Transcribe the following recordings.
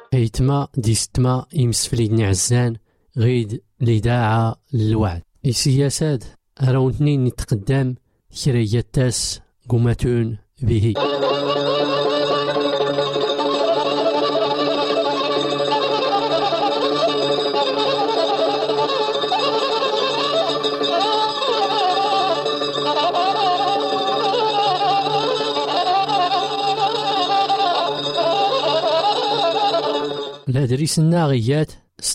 هيتما ديستما يمسفليدني عزان غيد لداعة للوعد السياسات راونتني نتقدم كرية تاس قمتون به الهدريسنا غيات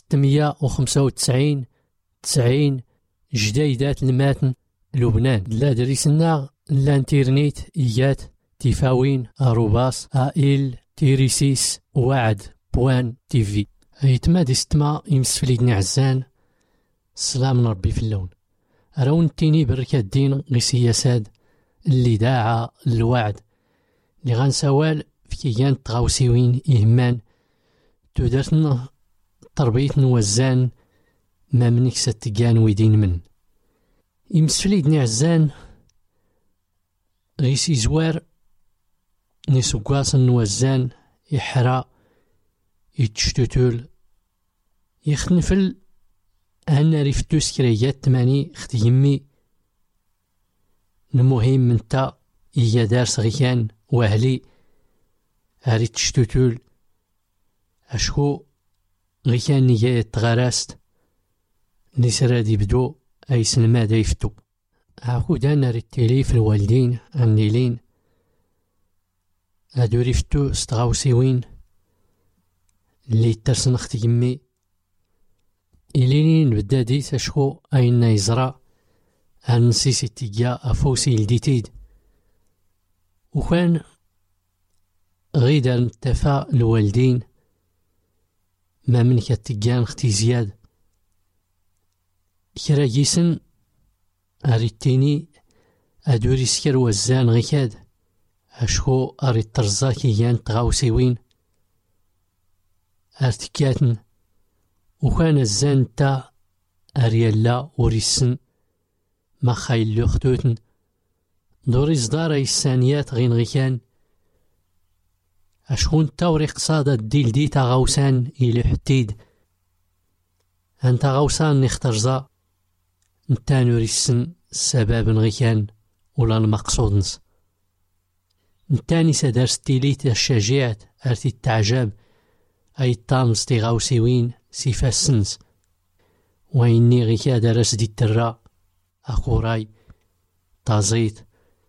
695 90 جديدات الماتن لبنان. الهدريسنا الانترنت إيات تفاوين أروباس آئل تيريسيس وعد بوان تيفي. هيتما ديستما يمسفليدني عزان السلام ربي في اللون راون تيني بركة الدين غي سياسات اللي داعة الوعد اللي غنسوال في كيان تغاوسيوين إهمان تودرتنا تربية نوزان ما منك ستجان ويدين من يمسفليدني عزان غيسي زوار نسوقاس نوزان يحرى يتشتتول يختنفل أنا ريفتو سكريات تماني ختيمي المهم من تا إيا دار صغيان وأهلي هاري تشتتول أشكو غيكان نيا تغراست نسرادي بدو أي سنما دا يفتو عقود أنا ريتيلي في الوالدين النيلين هادو ريفتو ستغاوسيوين اللي ترسن اختي يمي إليني نبدا دي تشكو أين يزرع هنسيسي تيجا أفوسي الديتيد وكان غيدر نتفا الوالدين ما من كتجان اختي زياد كرا جيسن أريتيني أدوري سكر وزان غيكاد أشكو أريد ترزاكي يان تغاوسيوين أرتكاتن وكان الزان تا أريالا وريسن ما خايلو خدوتن دوري صدار السانيات غين غيكان أشكون تاوري قصادة الديل دي تغاوسان إلي حتيد أنت غاوسان نخترزا نتانو ريسن السباب غيكان ولا المقصودنس نتاني سدار ستيليت الشجاعت أرتي التعجب أي الطامس تغاوسيوين سيفا السنس وإني غيكا درس دي الترا أخوراي تازيت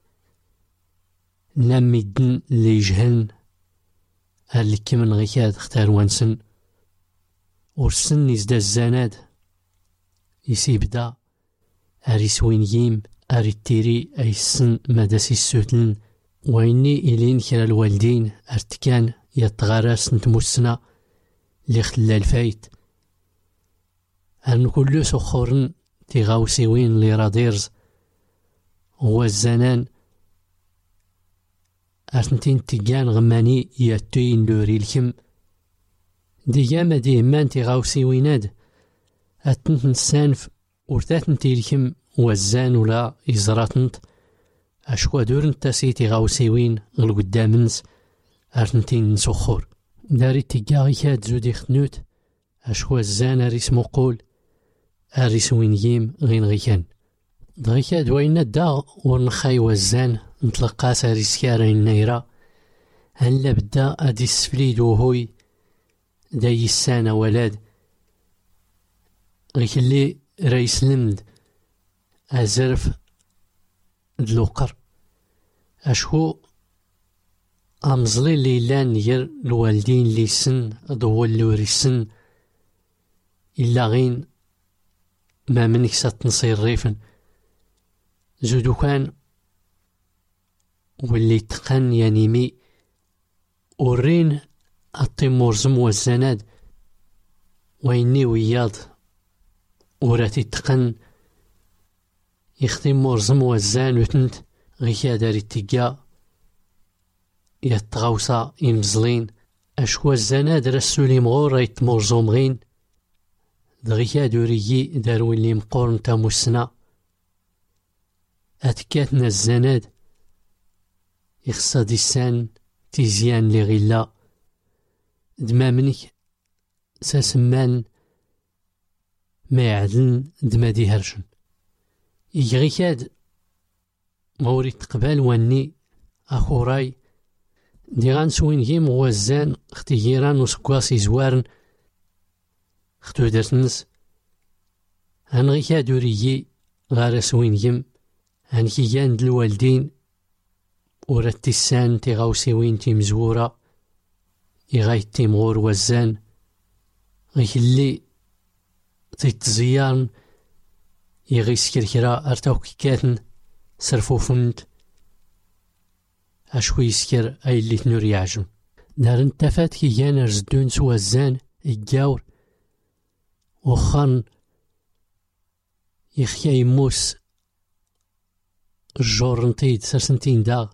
نامي الدن اللي يجهن اللي كمن غيكا اختار وانسن ورسن يزدا الزاناد يسيبدا أري سوينييم أري التيري أي السن مداسي السوتلن وإني إلين كرا الوالدين أرتكان يتغارس نتموسنا اللي خلا الفايت أن كلو سخورن تيغاوسيوين لي راديرز هو الزنان أرتنتين تيجان غماني ياتوين لوري الكم ديما ديمان تيغاوسيويناد أتنت نسانف ورتاتن تيلكم وزان ولا إزراتنت أشكوا دورن تاسي تيغاوسيوين غل قدامنس أرتنتين نسخور داري تيجاغي كاد زودي خنوت أشكوا الزان أريس مقول أريس وينييم غين غيكان دغيكا دوينا دا ورنخاي وزان نطلقاس أريس كارين نيرا هلا بدا أدي السفليد وهوي داي السانة ولاد غيك اللي رايس لمد أزرف دلوقر أشكو أمزلي اللي لان ير الوالدين اللي سن ضوال لوري سن إلا غين ما منك ستنصير ريفن زودو كان واللي تقن يانيمي ورين الطمورزم والزناد ويني وياض وراتي تقن يختم مرزم والزان وتنت غيكا داري تيجا يتغوصا يمزلين أشكوا الزناد رسولي مغور رايت مرزوم غين دغيكا دوريي دارو اللي مقورن تاموسنا أتكاتنا الزناد يخصا ديسان تيزيان لي غيلا دما منك ساسمان ما يعدن دمادي هرشن يغي كاد موري تقبال واني أخوراي دي غانسوين جيم غوازان اختي جيران وسكواسي زوارن اختو درتنس هنغي كادو ريي غار سوين جيم هنكي جان دالوالدين ورات تيسان تيغاوسيوين تيمزورا يغاي تيمغور وزان غيكلي تيتزيان يغي سكركرا ارتاو كيكاتن سرفوفنت أشوي يسكر أي اللي تنور يعجن دارن تفات كي جان رزدون سوازان الجاور وخان يخيا يموس الجور نطيد سرسنتين داغ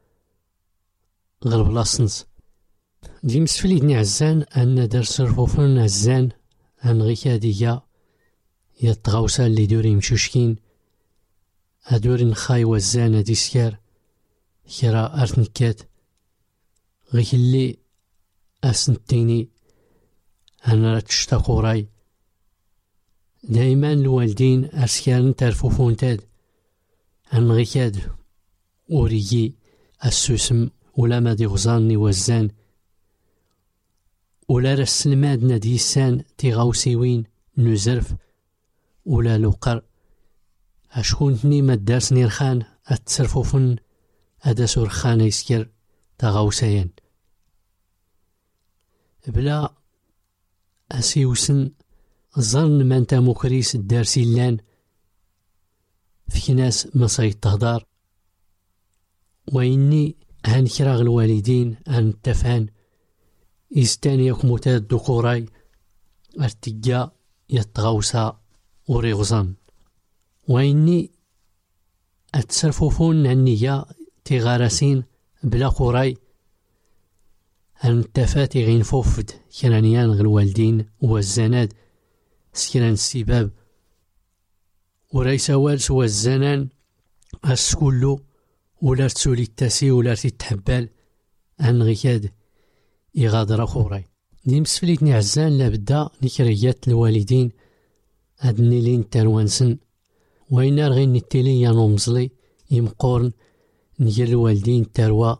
غرب لاصنس دي مسفليدني عزان أن دار سرفوفن عزان أن غيكا ديجا يتغوصا اللي دوري مشوشكين أدوري نخاي وزان دي سكار كرا أرتنكات غيك اللي أسنتيني أنا تشتاقو راي دايما الوالدين أسكارن ترفوفون تاد أن غيكاد أوريجي السوسم ولا ما دي غزاني وزان ولا رسلماد نديسان تيغاوسيوين نزرف ولا لوقر أشكونتني ما دارس نيرخان أتسرفوفن هذا سرخان يسكر تغاوسيان بلا أسيوسن ظن من تموكريس الدارسي لان في ناس مصاي تهدار وإني هنكراغ الوالدين أن التفان إستاني يكموتات دكوراي ارتجا يتغوسا وريغزان وإني أتسرفوفون النية تيغارسين بلا قراي أن تفاتي غين فوفد كرانيان غالوالدين والزناد سكران السباب وريس والس والزنان أسكولو ولا تسولي التاسي ولا تتحبال أن غيكاد يغادر خوراي دي مسفليتني عزان لابدا نكريات الوالدين أدني لين تروانسن وين رغي نتيلي يانو مزلي يمقورن نجر الوالدين تروا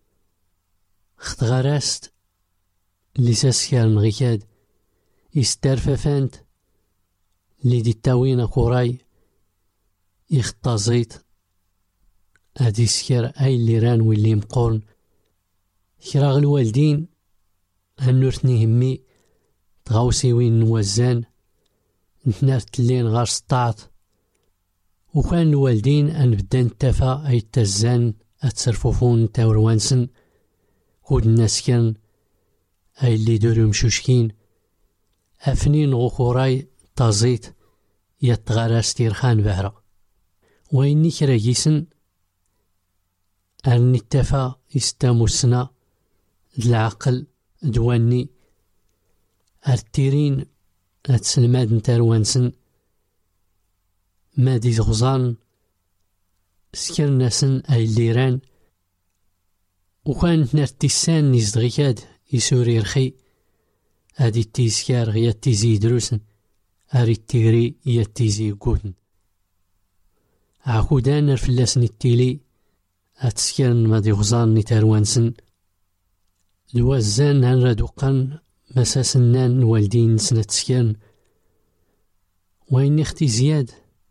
خطغاراست اللي ساسكار نغيكاد يسترففانت اللي دي تاوين كوراي يختازيت هادي سكر اي اللي ران واللي مقورن كراغ الوالدين هنورتني همي تغاوسي وين نوزان نتنارت اللين غار سطاعت وكان الوالدين أن بدان التفا أي التزان أتسرفوفون تاوروانسن كود الناس كان أي اللي دورو مشوشكين أفنين غوكوراي تازيت يتغاراس تيرخان بهرا وإني كراجيسن أرني التفا يستاموسنا العقل دواني أرتيرين أتسلماد نتاروانسن ما دي غزان سكرناسن أي الليران وكانت نرتسان نزدغيكاد يسوري رخي هادي التيسكار غيا تيزي دروسن هاري التيري يا تيزي قوتن عقودان نرفلاسن التيلي هاتسكرن ما دي غزان نتاروانسن الوزان هنردوقن مساسنان والدين سنة تسكرن وين اختي زياد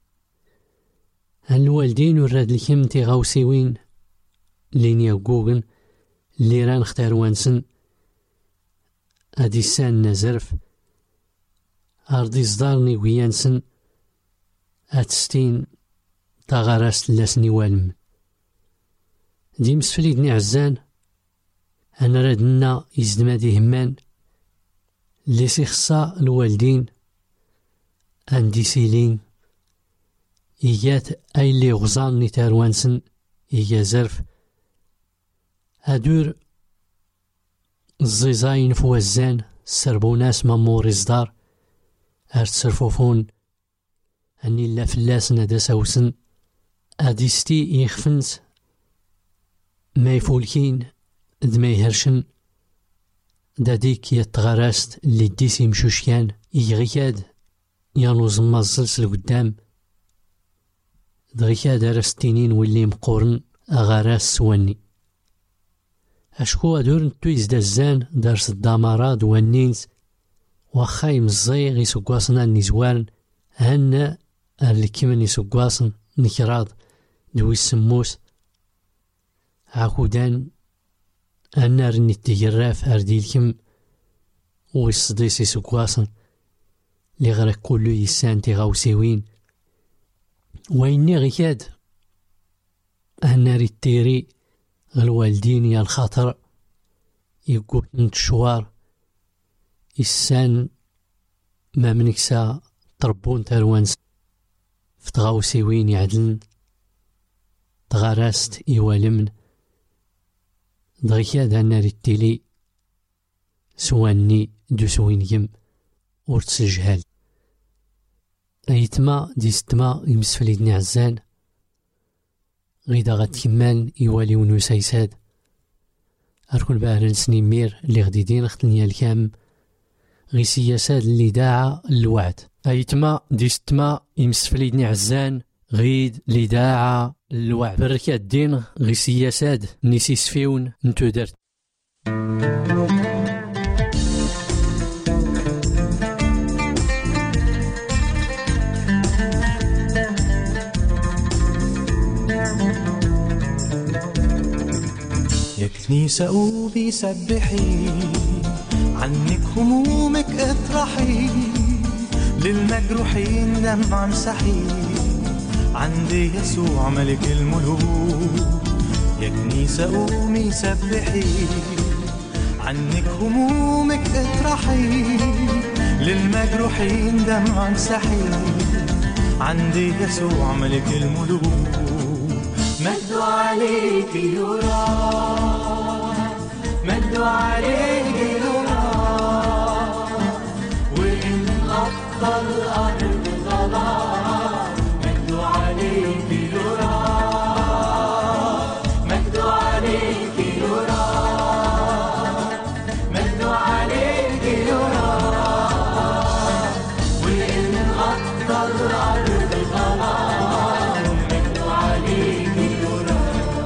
الوالدين وراد الكم تيغاوسيوين لين يقوغن اللي ران اختاروانسن هادي سان نزرف أرضي صدارني ويانسن هاتستين تغارست لاسني والم دي مسفليدني عزان أنا رادنا يزدمادي همان اللي سيخصا الوالدين عندي سيلين إيجات أي اللي غزان نتاروانسن إيجا زرف هادور الزيزاين فوزان سربوناس مامور إصدار أرتسرفوفون أني لا فلاسن هدا ساوسن أديستي يخفنس ما يفولكين دما يهرشن داديك يتغرست اللي ديسي مشوشيان يغيكاد يانوز مازلسل قدام دغيكاد رستينين واللي مقورن أغراس سواني أشكو أدورن تويز دازان دارس الدامارات والنينز وخاي مزي غي سقواصنا النزوان هنا اللي كيمن يسقواصن نكراض دوي السموس عاكودان أنا رني تجراف أرديلكم ويصديسي سقواصن لي غرق كلو يسان تغاوسيوين ويني غيكاد أنا ريتيري الوالدين يا الخاطر يقول نتشوار يسان ما منكسا تربون تروانس فتغاوسيوين يعدلن تغاراست يوالمن دغيكاد أنا ريتيلي سواني دوسوين يم ورتسجهال أيتما ديستما يمسفليدني عزان غيدا غاد كمان يوالي ونو سايساد أركن باهرن سنيمير اللي غديدين اختنيا الكام غي سياساد اللي داعا الوعد أيتما ديستما يمسفليدني عزان غيد اللي داعا الوعد بركات الدين غي سياساد نيسيس فيون نتو درت يا كنيسة قومي سبحي عنك همومك اطرحي للمجروحين دمع امسحي عند يسوع ملك الملوك. يا كنيسة قومي سبحي عنك همومك اطرحي للمجروحين دمع امسحي عند يسوع ملك الملوك. مجد عليك يرى مجد عليك يرى وإن أقصى الأرض ظلام مجد عليك يرى مجد عليك يرى مجد عليك يرى وإن أقصى الأرض ظلام مجد عليك يرى.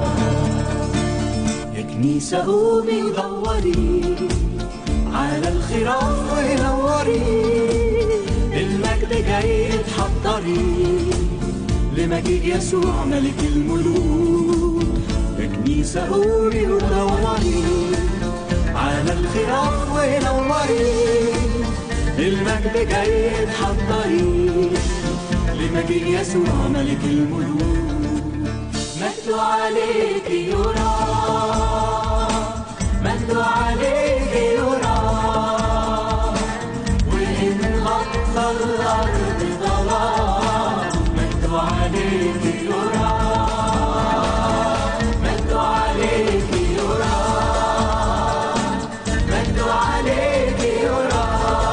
يا كنيسة قومي دوري على الخراف ونوري المجد جاي تحضري لمجيء يسوع ملك الملوك. يا كنيسة قومي ودوري على الخراف ونوري المجد جاي تحضري لمجيء يسوع ملك الملوك. مجد عليك يرى مجد عليك يرى وإن غطى الأرض ظلام مجد عليك يرى مجد عليك يرى مجد عليك يرى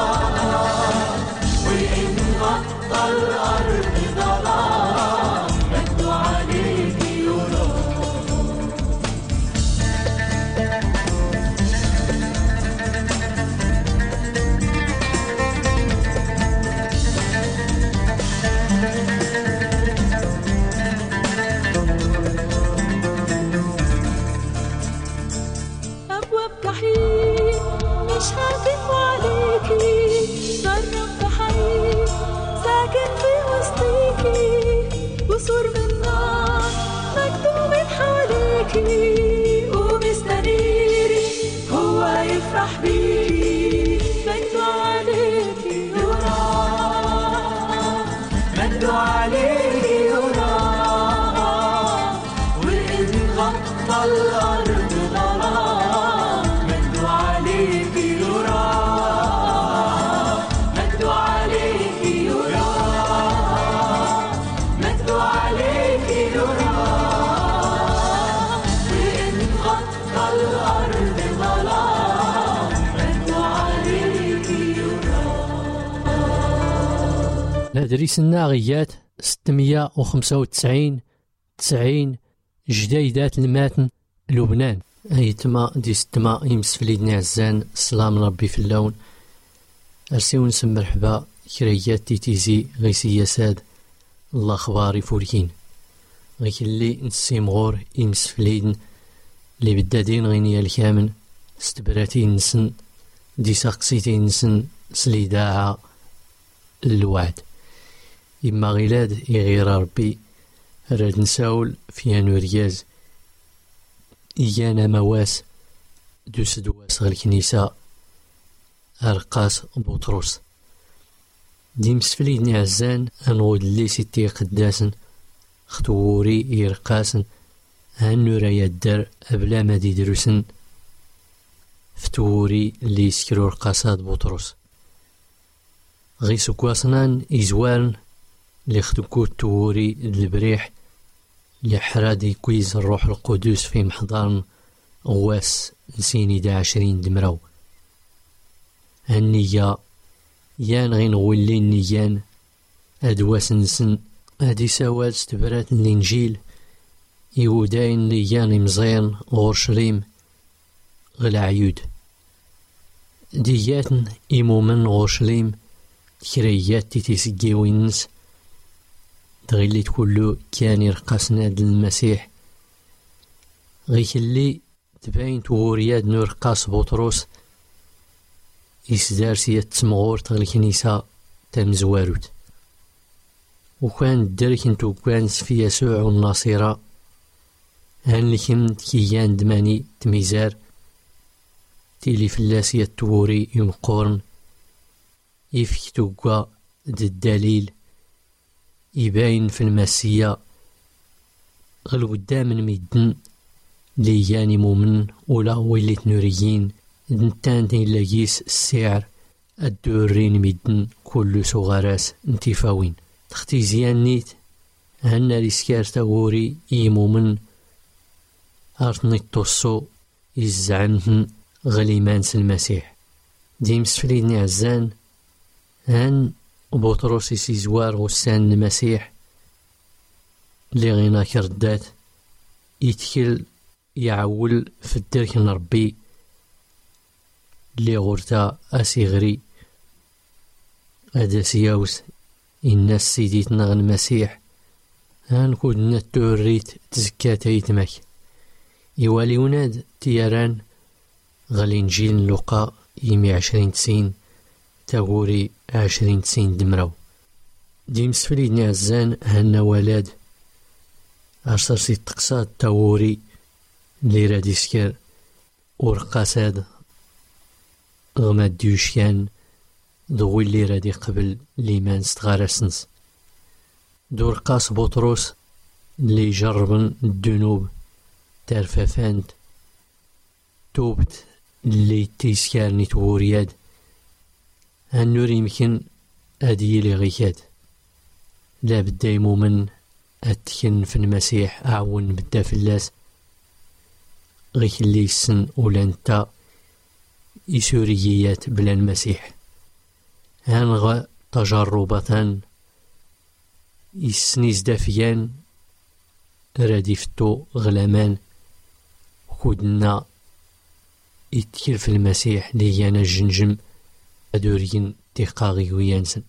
وإن غطى الأرض ظلام مجد عليك يرى. أبواب جحيم مش هتقف عليكي جرب حي ساكن في وسطيكي وسور من نار مكتوب حواليكي ومستنيري هو يفرح بيكي. مجد عليكي يرى مجد عليكي يرى وإن غطى الأرض ظلام مجد عليكي يرى مجد عليكي يرى مجد عليكي يرى وإن غطى الأرض ظلام مجد عليكي يرى. الأدريس الناغيات 695 90 جديدات الماتن لبنان أيتما دي ستما يمسفليدني عزان السلام ربي في اللون أرسيو نسم مرحبا كريات تيزي غي سياساد الله خباري فوركين غي اللي نسيمغور يمسفليدن اللي بدادين غينيا الكامن استبراتي نسن دي ساقسيتي نسن سليداعة الوعد إما غيلاد يغير ربي راد نساول في ينورياز إيانا مواس دوس دواس غير الكنيسة أرقاس بطرس دي مسفليدني عزان أنغود اللي ستي قداسن خطوري يرقاسن هنو راه يدر أبلا ما دي دروسن فتوري اللي يسكرو رقاسات بطرس غي سكواسنان إزوارن اللي خدوكو توري البريح لحرادي كويز الروح القدس في محضر غواس نسيني 20 دمرو النية يان غين غولي النيان أدواس نسن هادي سوال استبرات الإنجيل يوداين ليان مزيان غورشليم غلا عيود دياتن إمومن غورشليم كريات تيسقيوينس تغيلي كله كان يرقصنا المسيح غيك اللي تبين تورياد نرقص بطرس يسدار سيات تمغور تغلي كنيسة تمزواروت وكان الدرك انتو كان في يسوع والناصرة هان لكم كيان دماني تميزار تيلي فلاسية توري ينقورن يفكتوكوا الدليل يباين في المسيا غل قدام الميدن لياني مؤمن ولا ويليت نوريين دنتان لاقيس السعر الدورين ميدن كل صغاراس انتفاوين تختي زيان نيت هنا ريسكار تاوري يمومن ارتني توصو يزعمهن غليمانس المسيح ديمس فليدني عزان هان بطرس يسيزوار غسان المسيح اللي غينا كردات يتكل يعول في الدرك نربي اللي غورتا أسيغري أداسياوس الناس سيديتنا المسيح هنكون نتوريت تزكاتا يتمك يوالي وناد تياران غالينجيل لقاء 20 سين تاغوري 20 سين دمرو ديمس فليدني عزان هنا ولاد عشر سيت تقصاد تاوري اللي رادي سكر ورقاساد غماد ديوشيان ضوي اللي رادي قبل ليمان ستغارسنس دور قاس بطرس اللي جربن الذنوب ترفافاند توبت اللي تيسكارني تورياد هنور يمكن أدي لي غيكاد لا بدا يمومن أتكن في المسيح أعون بدا فلاس غيك اللي يسن ولانتا يسوريات بلا المسيح هنغ تجربة يسنيز دافيان راديفتو غلامان خودنا يتكل في المسيح ليانا الجنجم أدورين تيقاغي ويانسن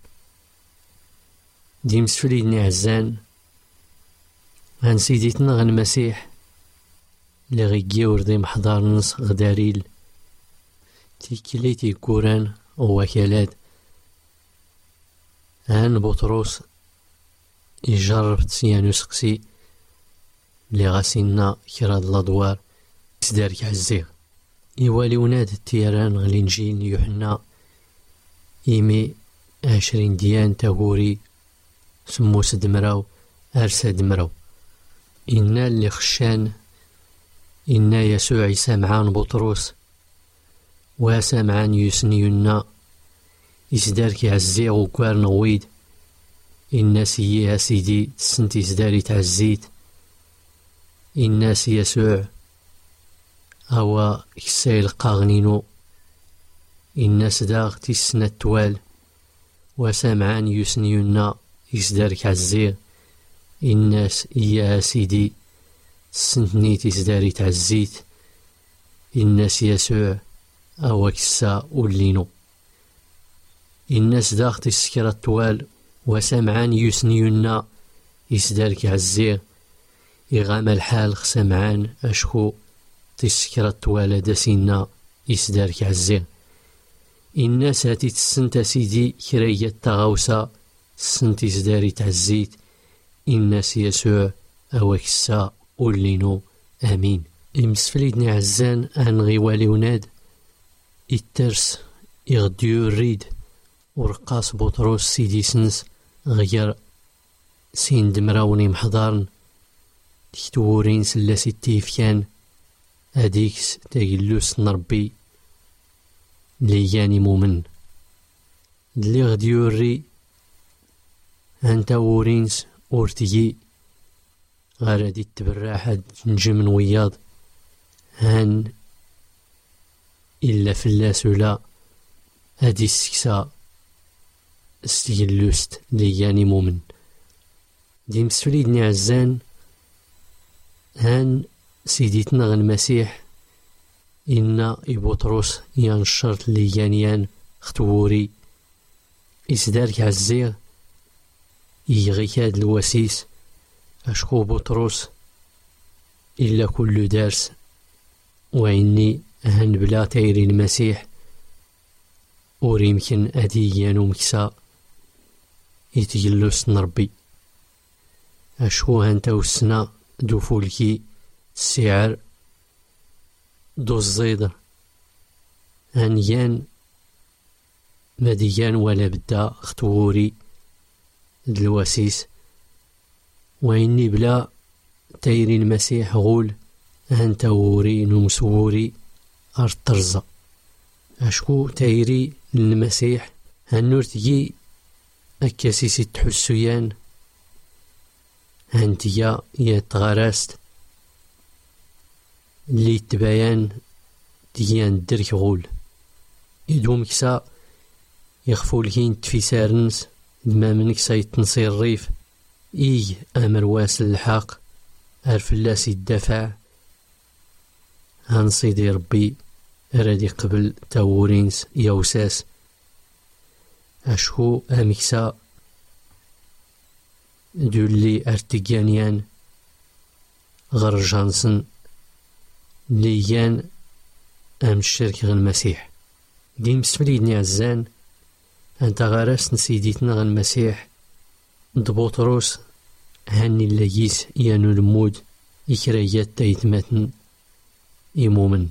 ديمس فليدني عزان هان سيديتنا غن المسيح اللي غيجيور دي محضار نص غداريل تيكلي تيكوران ووكالات هان بطرس يجرب تسيانو سقسي اللي غاسينا كراد الأدوار يسدارك عزيغ يوالي وناد التيران غلينجيل يوحنا إيمي 20 ديان تاغوري سموس دمراو أرسى دمراو إنا اللي خشان إنا يسوع سامعان بطرس وسامعان يسنيونا يسدارك عزيغ وكوار نويد الناس يا سيدي تسنتي سداري تعزيت الناس يسوع هوا كسايل قاغنينو الناس داغ تيسنا التوال وسامعان يسنيونا يسدارك عزيغ الناس يا سيدي تسنتني تسداري تعزيت الناس يسوع أوكسا ولينو الناس داخت السكرة الطوال وسمعان يسنيونا يسدارك عزير يغام الحال خسمعان أشكو تسكرة الطوال داسينا يسدارك عزير الناس هاتي تسنت سيدي كرية تغاوسا سنت يسداري تعزيت الناس يسوع أوكسا ولينو آمين. المسفليدني عزان عن غيوالي وناد الترس يغديو الريد ورقاص بطروس سيدي سنس غير سين دمراوني محضارن تكتورين سلاسي التيفكان أديكس تاقلوس نربي لياني مومن اللي غديو الري هانتا وورينس ورتجي غاردي التبراحة نجم وياض هان إلا فلاس ولا هادي السكسا استيلوست لياني مومن دي مسفليدني عزان هان سيديتنا غن المسيح إنا إبوطروس ينشرت ليانيان ختوري إسدارك عزيغ يغيك هاد الوسيس أشكو بطروس إلا كل دارس وإني هن بلا تيري المسيح وريمكن أديان ومكسا يتجلس نربي أشكو هانتا وسنا دوفولكي السعر دو الزيدر هنيان مديان ولا بدا ختوري الوسيس وإني بلا تيري المسيح غول هانتا ووري نمسوري أرطرزا أشكو تيري المسيح هنورتجي أكاسيسي تحسيان هانتيا يتغراست اللي تبايان ديان درك غول يدوم كسا يخفولكين تفيسارنس دما منك سيتنصي الريف أمر واسل الحق أرفلاس الدفع هنصيدي ربي رادي قبل تاورينس يوساس أشكو أمكسا دولي أرتجانيان غر جانسن ليان أم الشرك غن المسيح دي مسفليدني عزان أنت غارس نسيديتنا غن المسيح دبوطروس هاني الليس يانو المود إكريات تايتماتن إمومن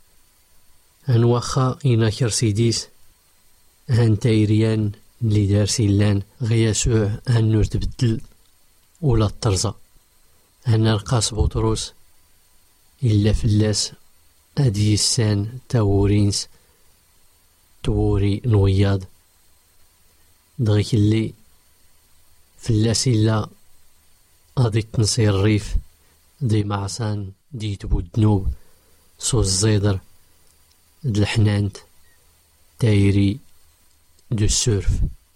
هنوخا إناكر سيديس هان تايريان اللي دار سيلان غياسوع هنور تبدل ولا الطرزة هنا رقاص بطروس إلا فلاس هادي السان تاورينس توري نوياض دغيك اللي فلاس إلا غادي تنصير الريف دي معصان دي تبو الدنوب سو الزيدر د الحنانت تايري دو السورف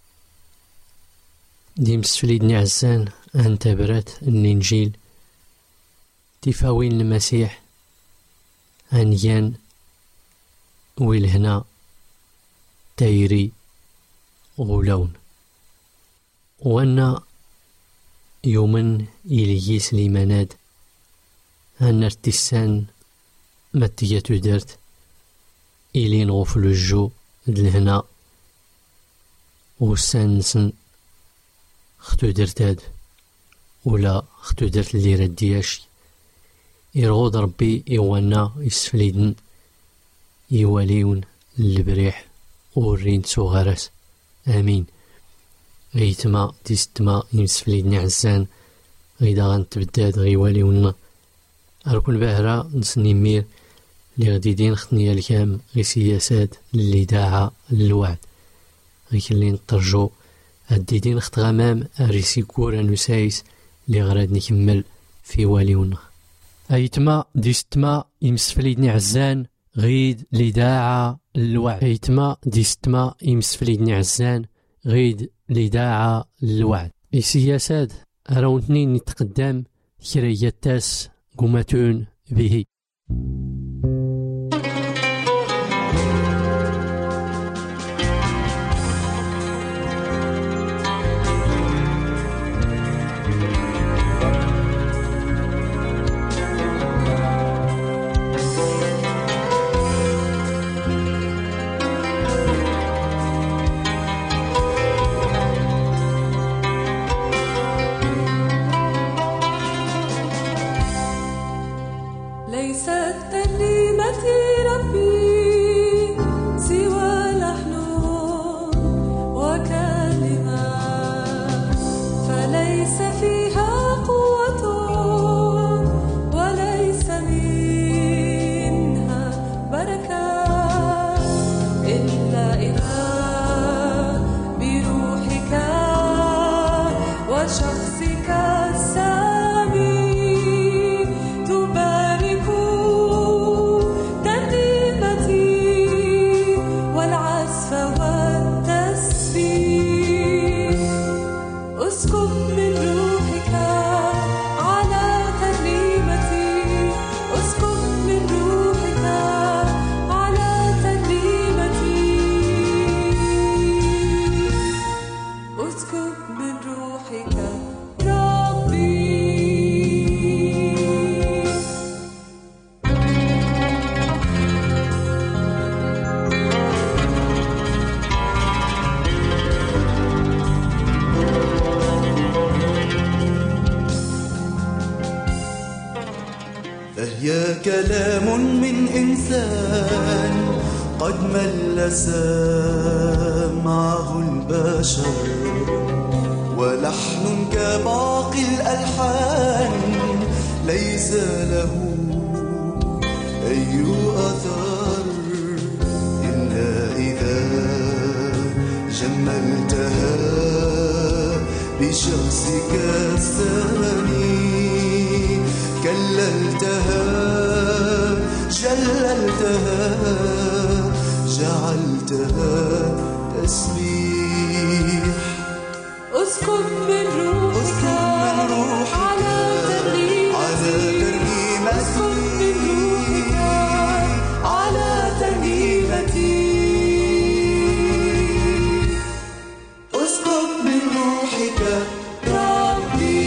دي مسفليدني عزان أنت برات النجيل تفاوين المسيح أنيان ويلهنا تايري غولون وانا يومن إليس ليماناد أن ارتسان متياتو درت إلين غفل الجو دلهنا وسانسن ختو درتاد ولا ختو درت اللي ردياش يرغض ربي إيوانا يسفليدن يواليون البريح ورين صغارس آمين. غيتما تيستما يمسفليدني عزان غيدا غنتبداد غيواليونا أركن باهرة نسني مير اللي غديدين خطني الكام غي سياسات اللي داعا للوعد غيكلي نطرجو هديدين خط غمام الريسي كورا نسايس اللي غراد نكمل في واليونا أيتما ديستما يمسفليدني عزان غيد اللي داعا للوعد أيتما ديستما يمسفليدني عزان غيد اللي داعا للوعد السياسات أراونتنين نتقدم كرياتاس قمتون به امتلئنا بروحك وشخصك السامي، تبارك ترنيمتي والعزف والتسبيح. اسكب من روحك على ترنيمتي، اسكب من روحك على ترنيمتي، اسكب من روحك ربي. فهي كلام من إنسان قد مل سمعه البشر، ولحن كباقي الألحان ليس له أي أثر، إلا إذا جملتها بشخصك الثاني، كللتها جللتها جعلتها تسبيح. اسكب من روحك على ترنيمتي، اسكب من روحك على ترنيمتي، اسكب من روحك ربي.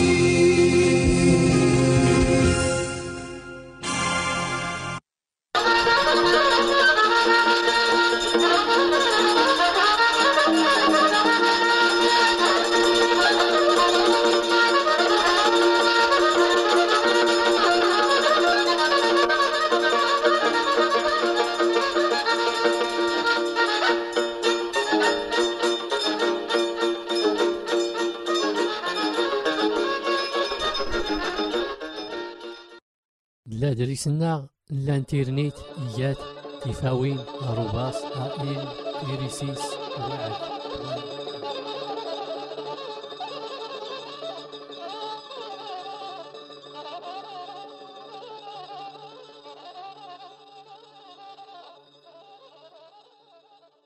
لا دريسنا الانترنت إيات تفاوين أروباس آئل إيريسيس وعد.